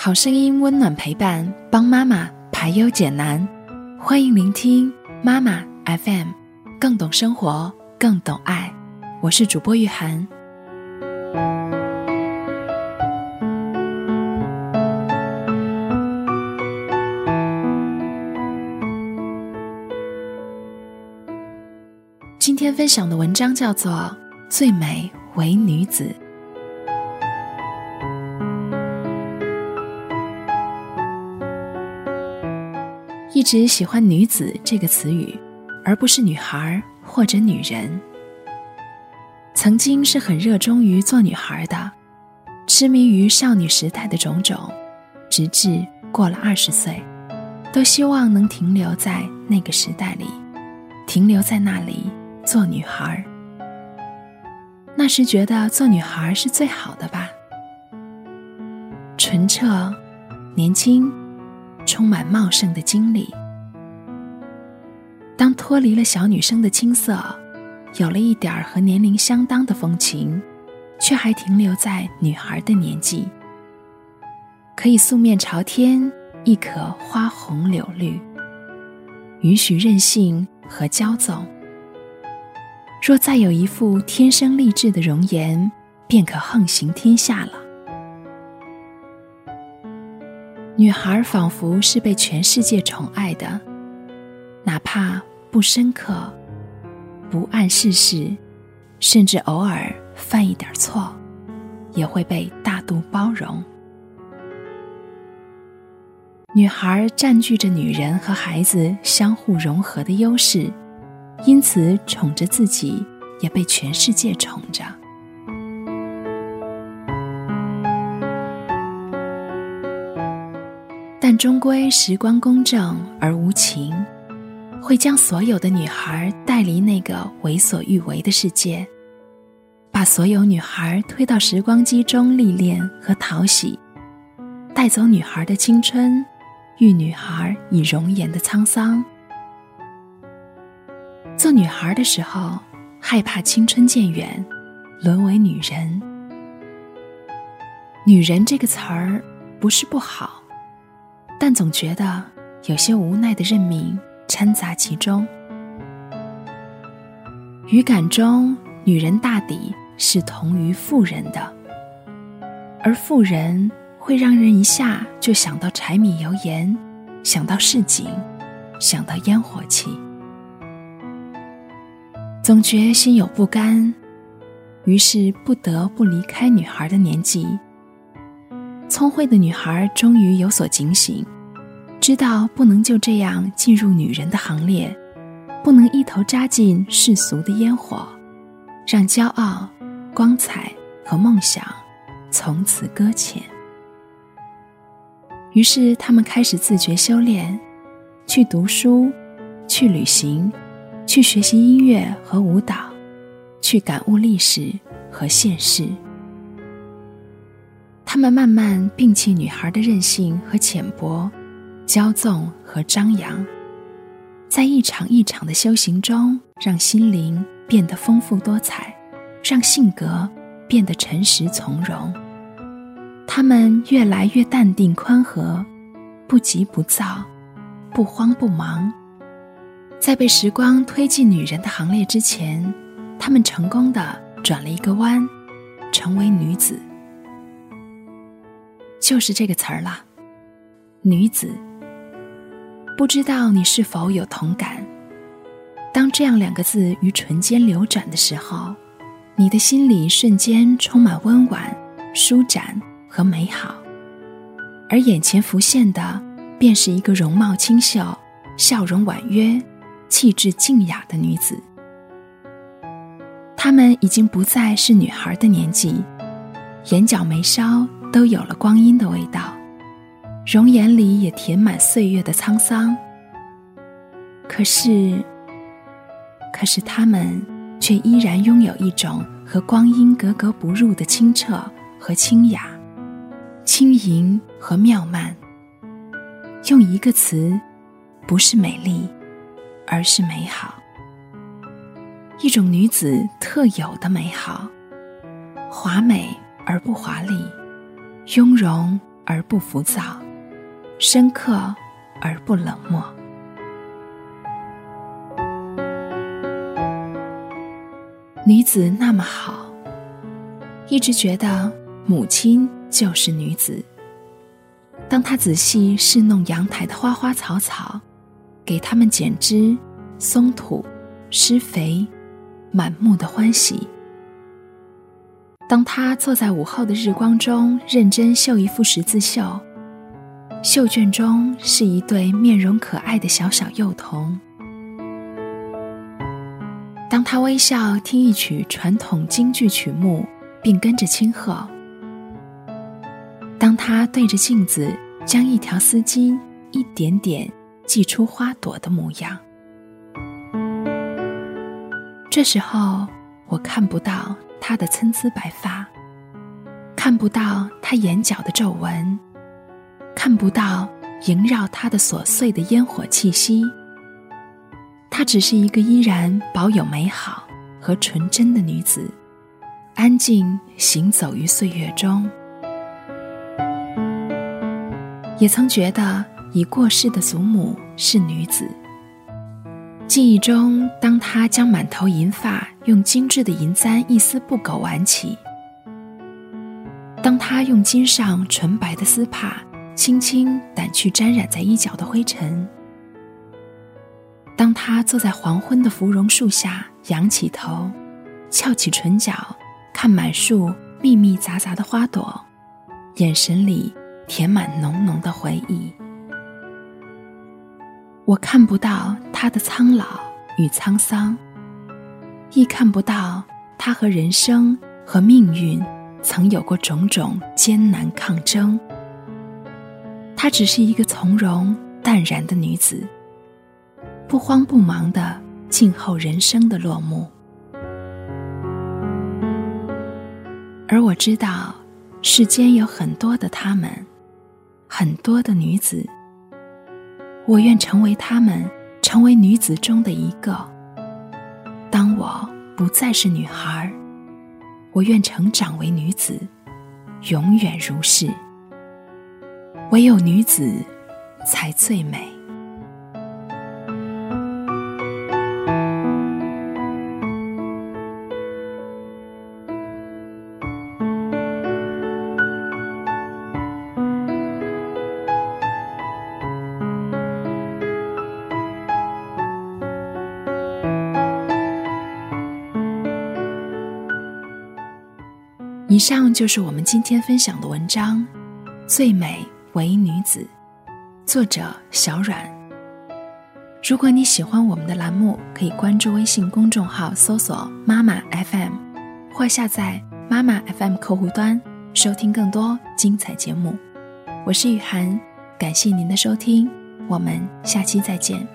好声音温暖陪伴，帮妈妈排忧解难。欢迎聆听妈妈 FM， 更懂生活，更懂爱。我是主播玉涵。今天分享的文章叫做《最美为女子》。一直喜欢女子这个词语，而不是女孩或者女人。曾经是很热衷于做女孩的，痴迷于少女时代的种种，直至过了20岁，都希望能停留在那个时代里，停留在那里做女孩。那时觉得做女孩是最好的吧，纯澈、年轻，充满茂盛的精力。当脱离了小女生的青涩，有了一点和年龄相当的风情，却还停留在女孩的年纪，可以素面朝天，亦可花红柳绿，允许任性和骄纵。若再有一副天生丽质的容颜，便可横行天下了。女孩仿佛是被全世界宠爱的，哪怕不深刻，不谙世事，甚至偶尔犯一点错，也会被大度包容。女孩占据着女人和孩子相互融合的优势，因此宠着自己，也被全世界宠着。但终归时光公正而无情，会将所有的女孩带离那个为所欲为的世界，把所有女孩推到时光机中历练和讨喜，带走女孩的青春，育女孩以容颜的沧桑。做女孩的时候，害怕青春渐远，沦为女人。女人这个词儿不是不好，但总觉得有些无奈的任命掺杂其中。语感中，女人大抵是同于妇人的，而妇人会让人一下就想到柴米油盐，想到市井，想到烟火气。总觉心有不甘，于是不得不离开女孩的年纪。聪慧的女孩终于有所警醒，知道不能就这样进入女人的行列，不能一头扎进世俗的烟火，让骄傲、光彩和梦想从此搁浅。于是他们开始自觉修炼，去读书，去旅行，去学习音乐和舞蹈，去感悟历史和现实。他们慢慢摒弃女孩的任性和浅薄，骄纵和张扬，在一场一场的修行中，让心灵变得丰富多彩，让性格变得诚实从容。他们越来越淡定宽和，不急不躁，不慌不忙。在被时光推进女人的行列之前，他们成功地转了一个弯，成为女子。就是这个词儿了，女子。不知道你是否有同感，当这样2个字于唇间流转的时候，你的心里瞬间充满温婉、舒展和美好，而眼前浮现的便是一个容貌清秀、笑容婉约、气质静雅的女子。她们已经不再是女孩的年纪，眼角眉梢都有了光阴的味道，容颜里也填满岁月的沧桑。可是她们却依然拥有一种和光阴格格不入的清澈和清雅，轻盈和妙曼。用一个词，不是美丽，而是美好。一种女子特有的美好，华美而不华丽，雍容而不浮躁，深刻而不冷漠。女子那么好，一直觉得母亲就是女子。当她仔细侍弄阳台的花花草草，给它们剪枝、松土、施肥，满目的欢喜。当她坐在午后的日光中认真绣一幅十字绣，绣卷中是一对面容可爱的小小幼童。当他微笑听一曲传统京剧曲目，并跟着轻和；当他对着镜子将一条丝巾一点点系出花朵的模样，这时候我看不到他的参差白发，看不到他眼角的皱纹，看不到萦绕他的琐碎的烟火气息。她只是一个依然保有美好和纯真的女子，安静行走于岁月中。也曾觉得已过世的祖母是女子。记忆中，当她将满头银发用精致的银簪一丝不苟挽起，当她用襟上纯白的丝帕轻轻掸去沾染在衣角的灰尘，当他坐在黄昏的芙蓉树下，仰起头，翘起唇角，看满树密密杂杂的花朵，眼神里填满浓浓的回忆。我看不到他的苍老与沧桑，亦看不到他和人生和命运曾有过种种艰难抗争。她只是一个从容淡然的女子，不慌不忙地静候人生的落幕。而我知道，世间有很多的她们，很多的女子，我愿成为她们，成为女子中的一个。当我不再是女孩，我愿成长为女子，永远如是。唯有女子才最美。以上就是我们今天分享的文章《最美为女子》，作者小阮。如果你喜欢我们的栏目，可以关注微信公众号搜索妈妈 FM， 或下载妈妈 FM 客户端收听更多精彩节目。我是雨涵，感谢您的收听，我们下期再见。